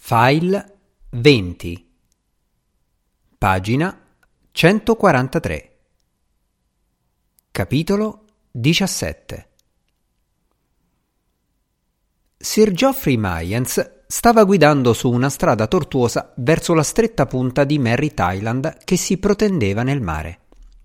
File 20, pagina 143, capitolo 17. Sir Geoffrey Mayence stava guidando su una strada tortuosa verso la stretta punta di Merrit Island che si protendeva nel mare.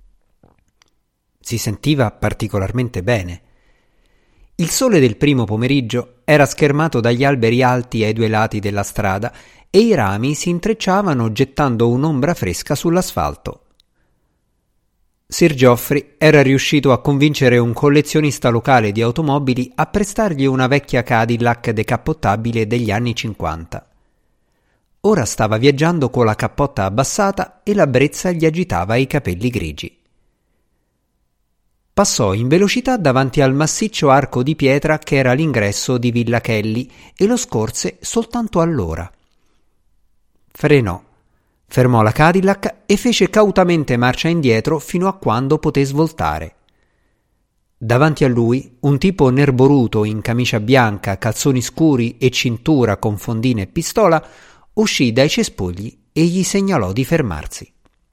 Si sentiva particolarmente bene. Il sole del primo pomeriggio era schermato dagli alberi alti ai due lati della strada e i rami si intrecciavano gettando un'ombra fresca sull'asfalto. Sir Geoffrey era riuscito a convincere un collezionista locale di automobili a prestargli una vecchia Cadillac decappottabile degli anni 50. Ora stava viaggiando con la cappotta abbassata e la brezza gli agitava i capelli grigi. Passò in velocità davanti al massiccio arco di pietra che era l'ingresso di Villa Kelly e lo scorse soltanto allora. Fermò la Cadillac e fece cautamente marcia indietro fino a quando poté svoltare. Davanti a lui un tipo nerboruto in camicia bianca, calzoni scuri e cintura con fondina e pistola uscì dai cespugli e gli segnalò di fermarsi.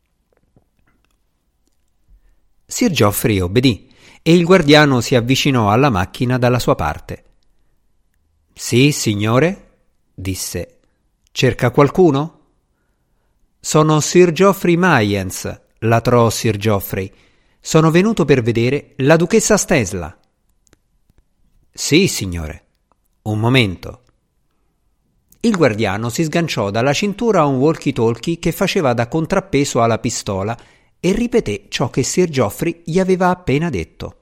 Sir Geoffrey obbedì e il guardiano si avvicinò alla macchina dalla sua parte. «Sì, signore?» disse. «Cerca qualcuno?» «Sono Sir Geoffrey Mayence», latrò Sir Geoffrey. «Sono venuto per vedere la duchessa Stesla». «Sì, signore. Un momento». Il guardiano si sganciò dalla cintura un walkie-talkie che faceva da contrappeso alla pistola e ripeté ciò che Sir Geoffrey gli aveva appena detto.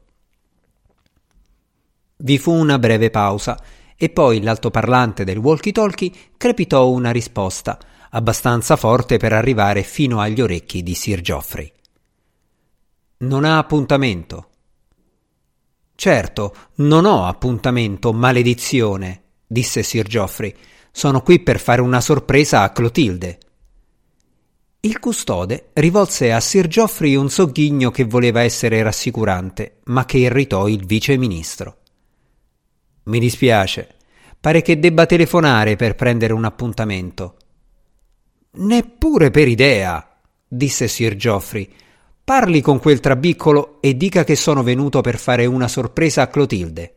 Vi fu una breve pausa e poi l'altoparlante del walkie-talkie crepitò una risposta, abbastanza forte per arrivare fino agli orecchi di Sir Geoffrey. «Non ha appuntamento». «Certo, non ho appuntamento, maledizione», disse Sir Geoffrey. «Sono qui per fare una sorpresa a Clotilde». Il custode rivolse a Sir Geoffrey un sogghigno che voleva essere rassicurante, ma che irritò il viceministro. «Mi dispiace, pare che debba telefonare per prendere un appuntamento». «Neppure per idea», disse Sir Geoffrey. «Parli con quel trabiccolo e dica che sono venuto per fare una sorpresa a Clotilde».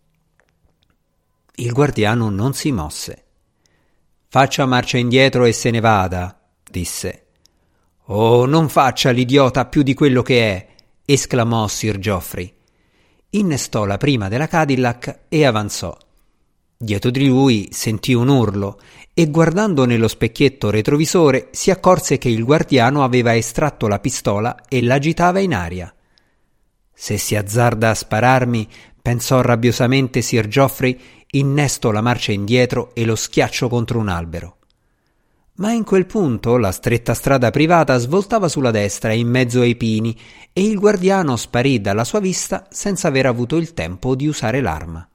Il guardiano non si mosse. «Faccia marcia indietro e se ne vada», disse. «Oh, non faccia l'idiota più di quello che è», esclamò Sir Geoffrey. Innestò la prima della Cadillac e avanzò. Dietro di lui sentì un urlo e guardando nello specchietto retrovisore si accorse che il guardiano aveva estratto la pistola e l'agitava in aria. «Se si azzarda a spararmi», pensò rabbiosamente Sir Geoffrey, «innesto la marcia indietro e lo schiaccio contro un albero». Ma in quel punto la stretta strada privata svoltava sulla destra in mezzo ai pini e il guardiano sparì dalla sua vista senza aver avuto il tempo di usare l'arma.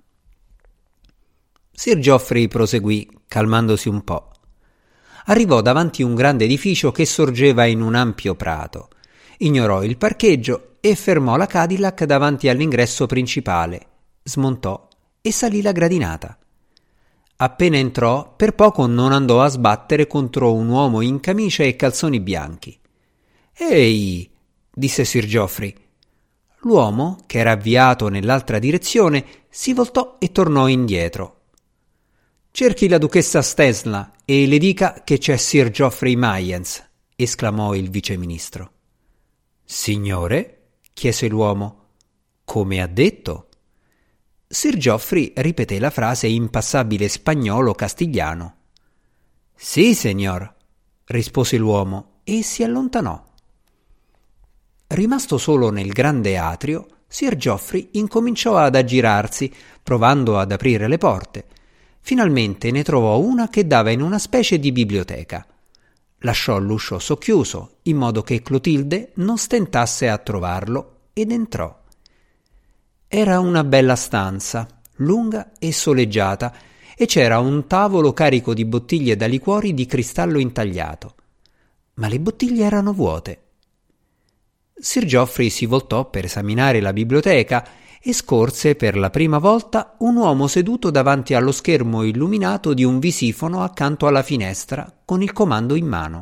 Sir Geoffrey proseguì, calmandosi un po'. Arrivò davanti un grande edificio che sorgeva in un ampio prato. Ignorò il parcheggio e fermò la Cadillac davanti all'ingresso principale, smontò e salì la gradinata. Appena entrò, per poco non andò a sbattere contro un uomo in camicia e calzoni bianchi. «Ehi!» disse Sir Geoffrey. L'uomo, che era avviato nell'altra direzione, si voltò e tornò indietro. «Cerchi la duchessa Stesla e le dica che c'è Sir Geoffrey Mayence», esclamò il viceministro. «Signore?» chiese l'uomo. «Come ha detto?» Sir Geoffrey ripeté la frase in passabile spagnolo-castigliano. «Sì, signor», rispose l'uomo e si allontanò. Rimasto solo nel grande atrio, Sir Geoffrey incominciò ad aggirarsi, provando ad aprire le porte. Finalmente ne trovò una che dava in una specie di biblioteca. Lasciò l'uscio socchiuso, in modo che Clotilde non stentasse a trovarlo, ed entrò. Era una bella stanza, lunga e soleggiata, e c'era un tavolo carico di bottiglie da liquori di cristallo intagliato. Ma le bottiglie erano vuote. Sir Geoffrey si voltò per esaminare la biblioteca e scorse per la prima volta un uomo seduto davanti allo schermo illuminato di un visifono accanto alla finestra con il comando in mano.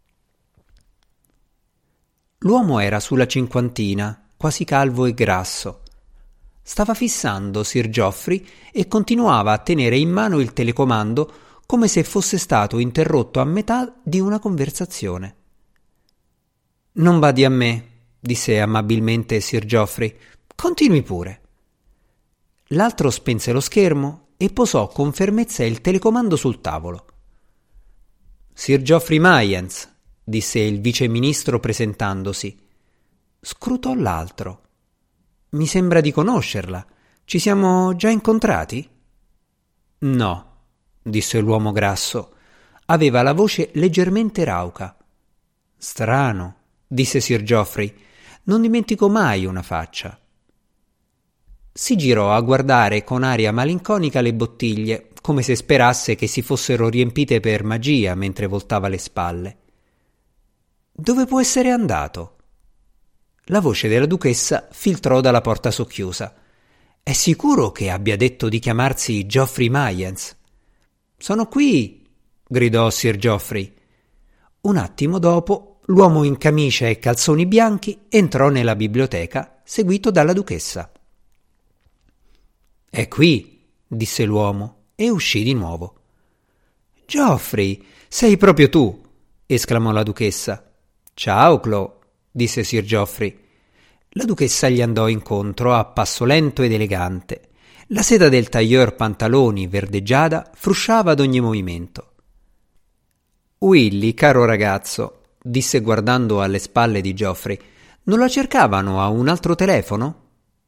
L'uomo era sulla cinquantina, quasi calvo e grasso. Stava fissando Sir Geoffrey e continuava a tenere in mano il telecomando come se fosse stato interrotto a metà di una conversazione. «Non badi a me», disse amabilmente Sir Geoffrey. «Continui pure». L'altro spense lo schermo e posò con fermezza il telecomando sul tavolo. «Sir Geoffrey Mayence», disse il viceministro presentandosi. Scrutò l'altro. «Mi sembra di conoscerla. Ci siamo già incontrati?» «No», disse l'uomo grasso. Aveva la voce leggermente rauca. «Strano», disse Sir Geoffrey. «Non dimentico mai una faccia». Si girò a guardare con aria malinconica le bottiglie, come se sperasse che si fossero riempite per magia mentre voltava le spalle. «Dove può essere andato?» La voce della duchessa filtrò dalla porta socchiusa. «È sicuro che abbia detto di chiamarsi Geoffrey Mayence?» «Sono qui!» gridò Sir Geoffrey. Un attimo dopo, l'uomo in camicia e calzoni bianchi entrò nella biblioteca, seguito dalla duchessa. «È qui!» disse l'uomo e uscì di nuovo. «Geoffrey, sei proprio tu!» esclamò la duchessa. «Ciao, Chloe!» disse Sir Geoffrey. La duchessa gli andò incontro a passo lento ed elegante. La seta del tailleur pantaloni verdeggiata frusciava ad ogni movimento. «Willy, caro ragazzo», disse guardando alle spalle di Geoffrey, «non la cercavano a un altro telefono?»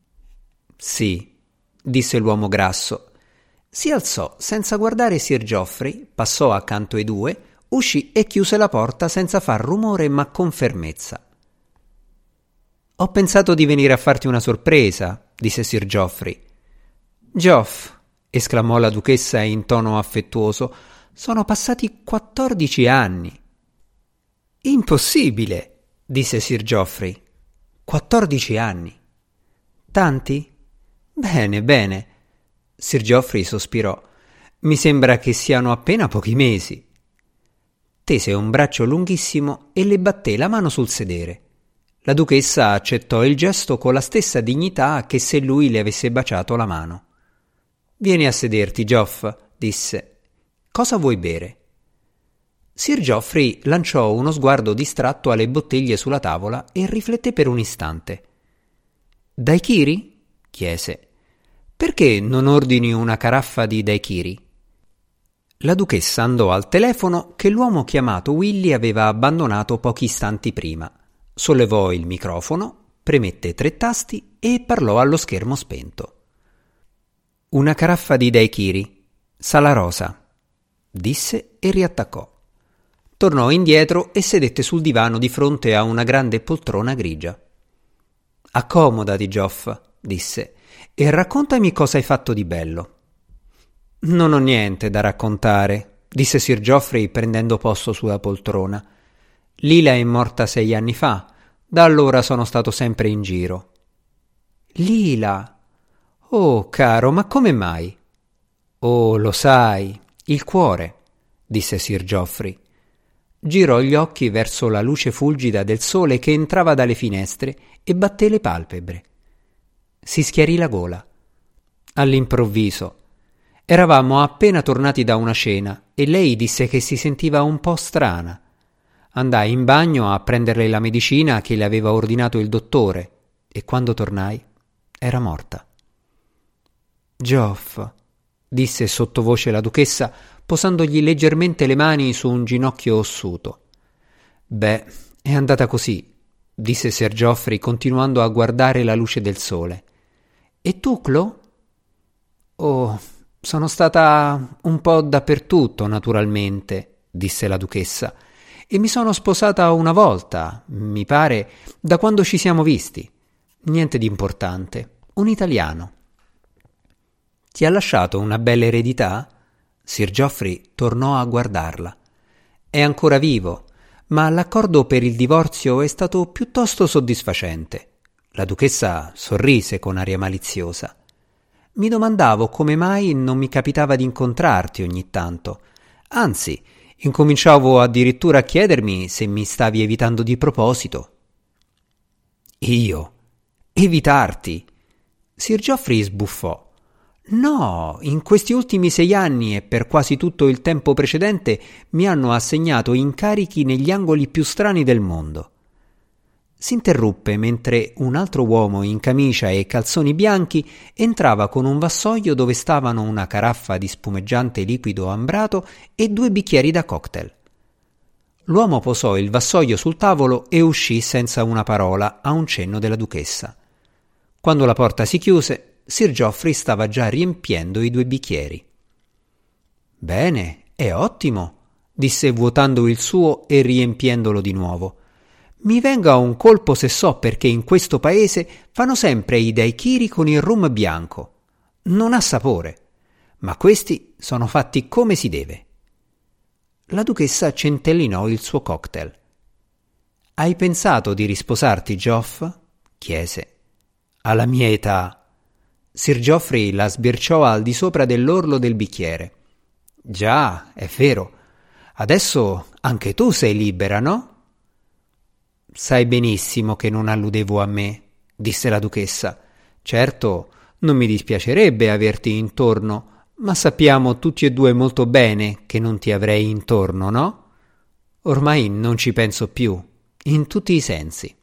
«Sì», disse l'uomo grasso. Si alzò senza guardare Sir Geoffrey, passò accanto ai due, uscì e chiuse la porta senza far rumore ma con fermezza. «Ho pensato di venire a farti una sorpresa», disse Sir Geoffrey. «Geoff», esclamò la duchessa in tono affettuoso, «sono passati 14 anni». «Impossibile», disse Sir Geoffrey. 14 anni. Tanti? Bene, bene. Sir Geoffrey sospirò. Mi sembra che siano appena pochi mesi. Tese un braccio lunghissimo e le batté la mano sul sedere. La duchessa accettò il gesto con la stessa dignità che se lui le avesse baciato la mano. «Vieni a sederti, Geoff», disse. «Cosa vuoi bere?» Sir Geoffrey lanciò uno sguardo distratto alle bottiglie sulla tavola e rifletté per un istante. «Daiquiri?» chiese. «Perché non ordini una caraffa di daiquiri?» La duchessa andò al telefono che l'uomo chiamato Willy aveva abbandonato pochi istanti prima. Sollevò il microfono, premette 3 tasti e parlò allo schermo spento. «Una caraffa di daiquiri, Sala Rosa», disse e riattaccò. Tornò indietro e sedette sul divano di fronte a una grande poltrona grigia. «Accomodati, Geoff», disse, «e raccontami cosa hai fatto di bello». «Non ho niente da raccontare», disse Sir Geoffrey prendendo posto sulla poltrona. «Lila è morta 6 anni fa, da allora sono stato sempre in giro». «Lila? Oh, caro, ma come mai?» «Oh, lo sai, il cuore», disse Sir Geoffrey. Girò gli occhi verso la luce fulgida del sole che entrava dalle finestre e batté le palpebre. Si schiarì la gola. All'improvviso. Eravamo appena tornati da una cena e lei disse che si sentiva un po' strana. Andai in bagno a prenderle la medicina che le aveva ordinato il dottore e quando tornai era morta. «Geoff», disse sottovoce la duchessa, posandogli leggermente le mani su un ginocchio ossuto. «Beh, è andata così», disse Sir Geoffrey continuando a guardare la luce del sole. «E tu, Chloe?» «Oh, sono stata un po' dappertutto, naturalmente», disse la duchessa, «e mi sono sposata una volta, mi pare, da quando ci siamo visti. Niente di importante, un italiano». «Ti ha lasciato una bella eredità?» Sir Geoffrey tornò a guardarla. «È ancora vivo, ma l'accordo per il divorzio è stato piuttosto soddisfacente. La duchessa sorrise con aria maliziosa. Mi domandavo come mai non mi capitava di incontrarti ogni tanto. Anzi, incominciavo addirittura a chiedermi se mi stavi evitando di proposito. Io? Evitarti? Sir Geoffrey sbuffò. No, in questi ultimi 6 anni e per quasi tutto il tempo precedente mi hanno assegnato incarichi negli angoli più strani del mondo. S'interruppe mentre un altro uomo in camicia e calzoni bianchi entrava con un vassoio dove stavano una caraffa di spumeggiante liquido ambrato e 2 bicchieri da cocktail. L'uomo posò il vassoio sul tavolo e uscì senza una parola a un cenno della duchessa. Quando la porta si chiuse, Sir Geoffrey stava già riempiendo i 2 bicchieri. «Bene, è ottimo», disse vuotando il suo e riempiendolo di nuovo. «Mi venga un colpo se so perché in questo paese fanno sempre i daiquiri con il rum bianco. Non ha sapore, ma questi sono fatti come si deve». La duchessa centellinò il suo cocktail. «Hai pensato di risposarti, Geoff?» chiese. «Alla mia età». Sir Geoffrey la sbirciò al di sopra dell'orlo del bicchiere. «Già, è vero. Adesso anche tu sei libera, no?» «Sai benissimo che non alludevo a me», disse la duchessa. «Certo, non mi dispiacerebbe averti intorno, ma sappiamo tutti e 2 molto bene che non ti avrei intorno, no? Ormai non ci penso più, in tutti i sensi».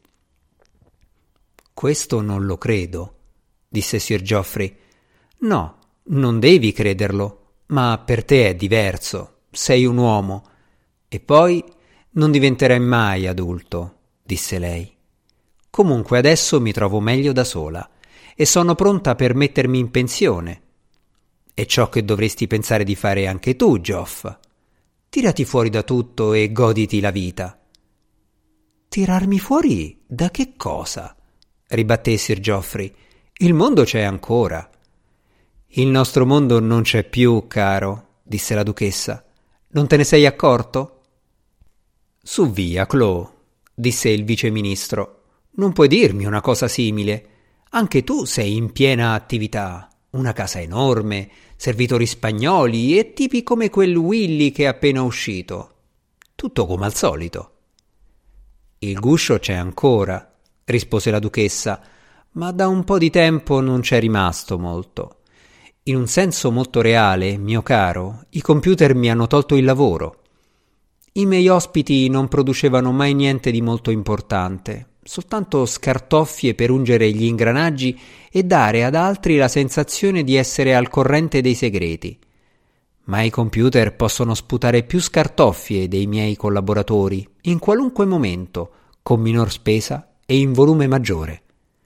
«Questo non lo credo», disse Sir Geoffrey. «No, non devi crederlo, ma per te è diverso, sei un uomo. E poi non diventerai mai adulto», disse lei. «Comunque adesso mi trovo meglio da sola e sono pronta per mettermi in pensione. È ciò che dovresti pensare di fare anche tu, Geoff. Tirati fuori da tutto e goditi la vita». «Tirarmi fuori da che cosa?» ribatté Sir Geoffrey. «Il mondo c'è ancora». «Il nostro mondo non c'è più, caro», disse la duchessa. «Non te ne sei accorto?» «Su via, Chloe», disse il viceministro. «Non puoi dirmi una cosa simile. Anche tu sei in piena attività. Una casa enorme, servitori spagnoli e tipi come quel Willy che è appena uscito. Tutto come al solito». «Il guscio c'è ancora», rispose la duchessa, «ma da un po' di tempo non c'è rimasto molto. In un senso molto reale, mio caro, i computer mi hanno tolto il lavoro. I miei ospiti non producevano mai niente di molto importante, soltanto scartoffie per ungere gli ingranaggi e dare ad altri la sensazione di essere al corrente dei segreti. Ma i computer possono sputare più scartoffie dei miei collaboratori in qualunque momento, con minor spesa e in volume maggiore.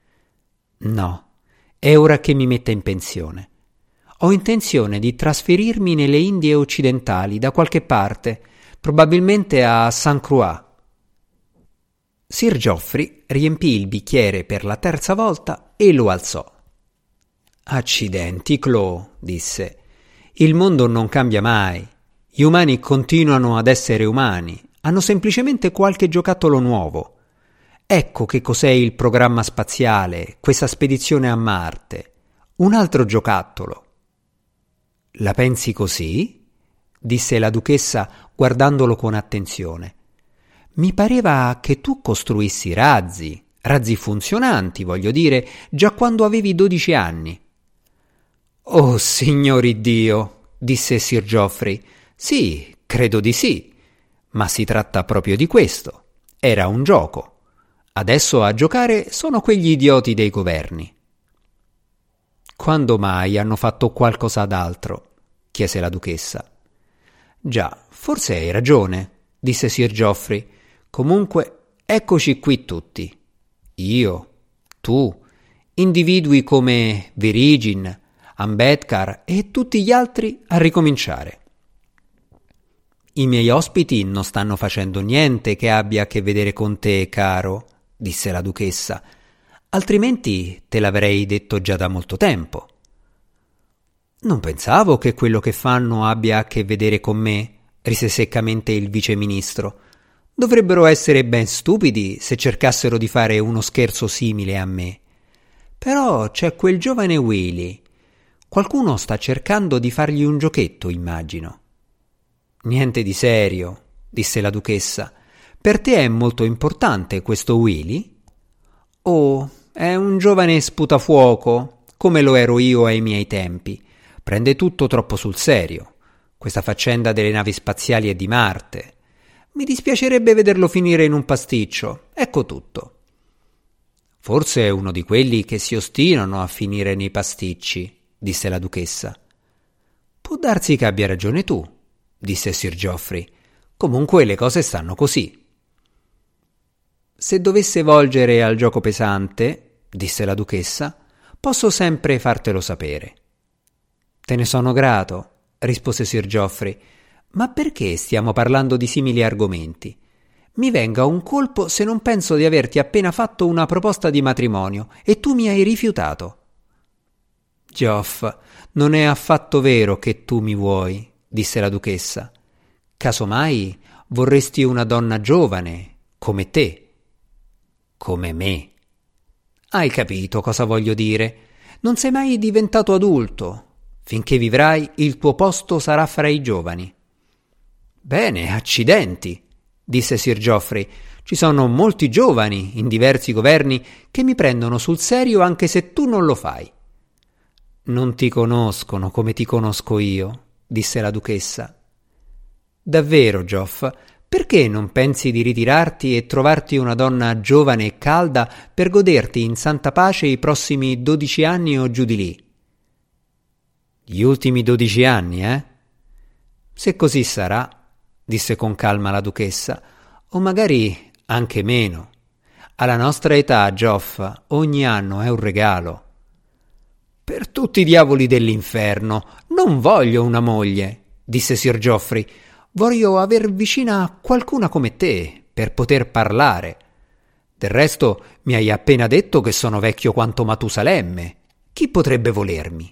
No, è ora che mi metta in pensione. Ho intenzione di trasferirmi nelle Indie occidentali da qualche parte, probabilmente a St. Croix». Sir Geoffrey riempì il bicchiere per la 3ª volta e lo alzò. «Accidenti, Chloe», disse. «Il mondo non cambia mai. Gli umani continuano ad essere umani, hanno semplicemente qualche giocattolo nuovo. Ecco che cos'è il programma spaziale, questa spedizione a Marte. Un altro giocattolo». «La pensi così?» disse la duchessa guardandolo con attenzione. «Mi pareva che tu costruissi razzi funzionanti, voglio dire, già quando avevi 12 anni». «Oh, signori Dio», disse Sir Geoffrey. «Sì, credo di sì. Ma si tratta proprio di questo. Era un gioco. Adesso a giocare sono quegli idioti dei governi». «Quando mai hanno fatto qualcosa d'altro?» chiese la duchessa. «Già, forse hai ragione», disse Sir Geoffrey. «Comunque, eccoci qui tutti. Io, tu, individui come Virgin, Ambedkar e tutti gli altri a ricominciare. I miei ospiti non stanno facendo niente che abbia a che vedere con te, caro», disse la duchessa. «Altrimenti te l'avrei detto già da molto tempo». «Non pensavo che quello che fanno abbia a che vedere con me», rise seccamente il viceministro. Dovrebbero essere ben stupidi se cercassero di fare uno scherzo simile a me. Però c'è quel giovane Willy. Qualcuno sta cercando di fargli un giochetto, immagino. Niente di serio, disse la duchessa. Per te è molto importante questo Willy? Oh, è un giovane sputafuoco, come lo ero io ai miei tempi. Prende tutto troppo sul serio. Questa faccenda delle navi spaziali e di Marte. Mi dispiacerebbe vederlo finire in un pasticcio. Ecco tutto. Forse è uno di quelli che si ostinano a finire nei pasticci, disse la duchessa. Può darsi che abbia ragione tu, disse Sir Geoffrey. Comunque le cose stanno così. Se dovesse volgere al gioco pesante, disse la duchessa, posso sempre fartelo sapere. Te ne sono grato, rispose Sir Geoffrey. Ma perché stiamo parlando di simili argomenti? Mi venga un colpo se non penso di averti appena fatto una proposta di matrimonio e tu mi hai rifiutato. Geoff, non è affatto vero che tu mi vuoi, disse la duchessa. Casomai vorresti una donna giovane, come te. Come me. Hai capito cosa voglio dire? Non sei mai diventato adulto. Finché vivrai, il tuo posto sarà fra i giovani. Bene, accidenti, disse Sir Geoffrey. Ci sono molti giovani in diversi governi che mi prendono sul serio anche se tu non lo fai. Non ti conoscono come ti conosco io, disse la duchessa. Davvero, Geoff, perché non pensi di ritirarti e trovarti una donna giovane e calda per goderti in santa pace i prossimi 12 anni o giù di lì? Gli ultimi 12 anni, eh? Se così sarà, disse con calma la duchessa, o magari anche meno. Alla nostra età, Geoff, ogni anno è un regalo. Per tutti i diavoli dell'inferno, non voglio una moglie, disse Sir Geoffrey. Voglio aver vicina qualcuna come te, per poter parlare. Del resto mi hai appena detto che sono vecchio quanto Matusalemme. Chi potrebbe volermi?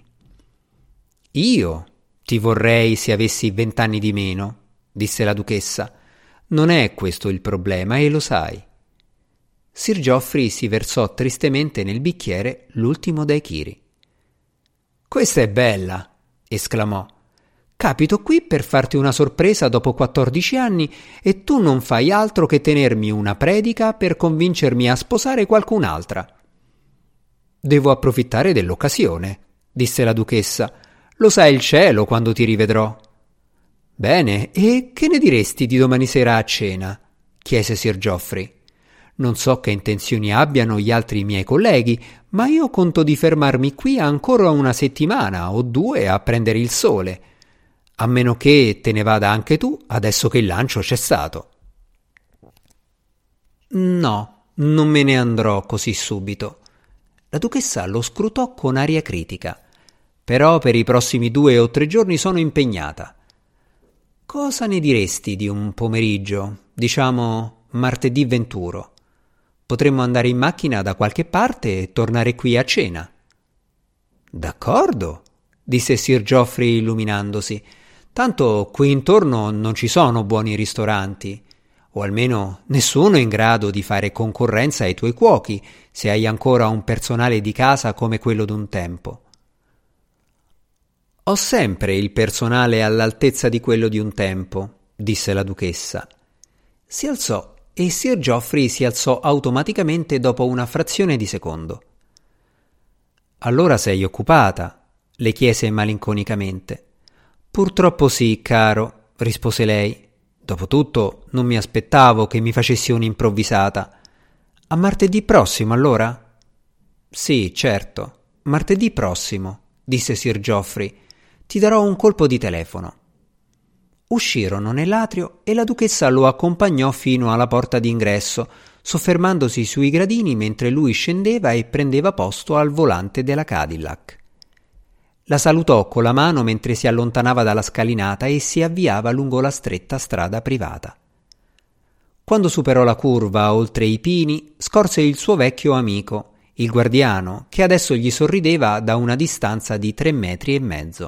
Io ti vorrei se avessi 20 anni di meno, disse la duchessa. Non è questo il problema e lo sai. Sir Geoffrey si versò tristemente nel bicchiere l'ultimo daiquiri. Questa è bella, esclamò. Capito qui per farti una sorpresa dopo 14 anni e tu non fai altro che tenermi una predica per convincermi a sposare qualcun'altra. Devo approfittare dell'occasione, disse la duchessa. Lo sa il cielo quando ti rivedrò. Bene, e che ne diresti di domani sera a cena? Chiese Sir Geoffrey. Non so che intenzioni abbiano gli altri miei colleghi, ma io conto di fermarmi qui ancora una settimana o 2 a prendere il sole. A meno che te ne vada anche tu, adesso che il lancio c'è stato. No, non me ne andrò così subito. La duchessa lo scrutò con aria critica. Però per i prossimi 2 o 3 giorni sono impegnata. Cosa ne diresti di un pomeriggio, diciamo martedì 21? Potremmo andare in macchina da qualche parte e tornare qui a cena. D'accordo, disse Sir Geoffrey illuminandosi. Tanto qui intorno non ci sono buoni ristoranti, o almeno nessuno in grado di fare concorrenza ai tuoi cuochi, se hai ancora un personale di casa come quello d'un tempo. Ho sempre il personale all'altezza di quello di un tempo, disse la duchessa. Si alzò e Sir Geoffrey si alzò automaticamente dopo una frazione di secondo. Allora sei occupata? Le chiese malinconicamente. Purtroppo sì, caro, rispose lei. Dopotutto non mi aspettavo che mi facessi un'improvvisata. A martedì prossimo, allora? Sì, certo, martedì prossimo, disse Sir Geoffrey. Ti darò un colpo di telefono. Uscirono nell'atrio e la duchessa lo accompagnò fino alla porta d'ingresso, soffermandosi sui gradini mentre lui scendeva e prendeva posto al volante della Cadillac. La salutò con la mano mentre si allontanava dalla scalinata e si avviava lungo la stretta strada privata. Quando superò la curva oltre i pini, scorse il suo vecchio amico, il guardiano, che adesso gli sorrideva da una distanza di 3,5 metri.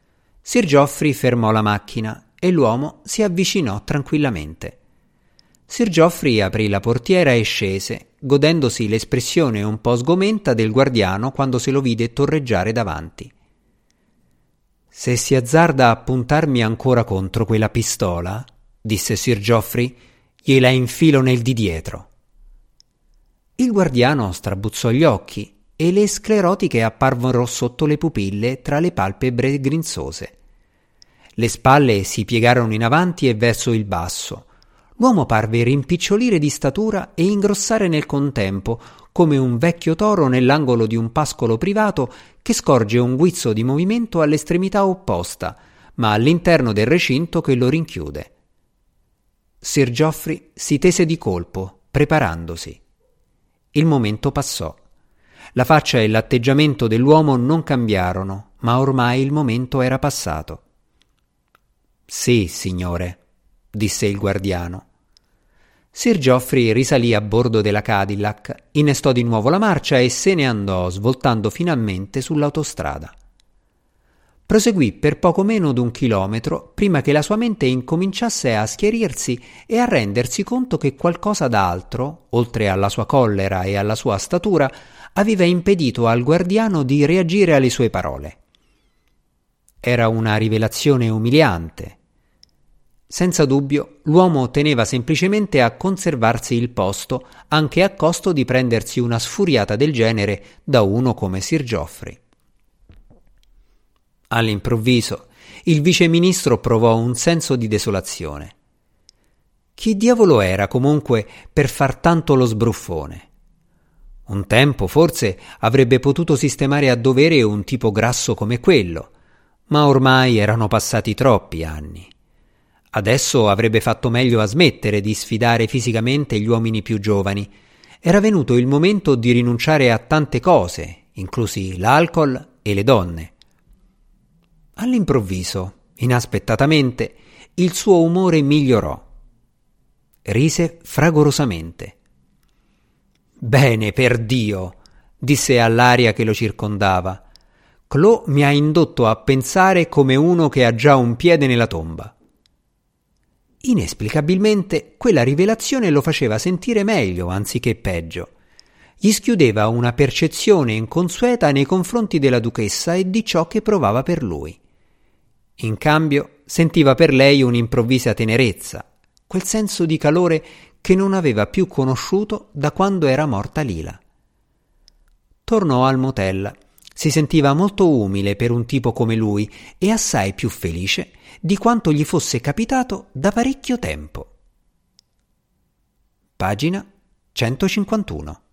Sir Geoffrey fermò la macchina e l'uomo si avvicinò tranquillamente. Sir Geoffrey aprì la portiera e scese, godendosi l'espressione un po' sgomenta del guardiano quando se lo vide torreggiare davanti. «Se si azzarda a puntarmi ancora contro quella pistola», disse Sir Geoffrey, «gliela infilo nel di dietro». Il guardiano strabuzzò gli occhi e le sclerotiche apparvero sotto le pupille tra le palpebre grinzose. Le spalle si piegarono in avanti e verso il basso. L'uomo parve rimpicciolire di statura e ingrossare nel contempo, come un vecchio toro nell'angolo di un pascolo privato che scorge un guizzo di movimento all'estremità opposta, ma all'interno del recinto che lo rinchiude. Sir Geoffrey si tese di colpo, preparandosi. Il momento passò. La faccia e l'atteggiamento dell'uomo non cambiarono, ma ormai il momento era passato. «Sì, signore», disse il guardiano. Sir Geoffrey risalì a bordo della Cadillac, innestò di nuovo la marcia e se ne andò, svoltando finalmente sull'autostrada. Proseguì per poco meno d'1 chilometro prima che la sua mente incominciasse a schiarirsi e a rendersi conto che qualcosa d'altro, oltre alla sua collera e alla sua statura, aveva impedito al guardiano di reagire alle sue parole. Era una rivelazione umiliante. Senza dubbio, l'uomo teneva semplicemente a conservarsi il posto, anche a costo di prendersi una sfuriata del genere da uno come Sir Geoffrey. All'improvviso, il viceministro provò un senso di desolazione. Chi diavolo era, comunque, per far tanto lo sbruffone? Un tempo, forse, avrebbe potuto sistemare a dovere un tipo grasso come quello, ma ormai erano passati troppi anni. Adesso avrebbe fatto meglio a smettere di sfidare fisicamente gli uomini più giovani. Era venuto il momento di rinunciare a tante cose, inclusi l'alcol e le donne. All'improvviso, inaspettatamente, il suo umore migliorò. Rise fragorosamente. «Bene, per Dio!» disse all'aria che lo circondava. «Clo mi ha indotto a pensare come uno che ha già un piede nella tomba». Inesplicabilmente quella rivelazione lo faceva sentire meglio anziché peggio. Gli schiudeva una percezione inconsueta nei confronti della duchessa e di ciò che provava per lui. In cambio sentiva per lei un'improvvisa tenerezza, quel senso di calore che non aveva più conosciuto da quando era morta Lila. Tornò al motel. Si sentiva molto umile per un tipo come lui e assai più felice di quanto gli fosse capitato da parecchio tempo. Pagina 151.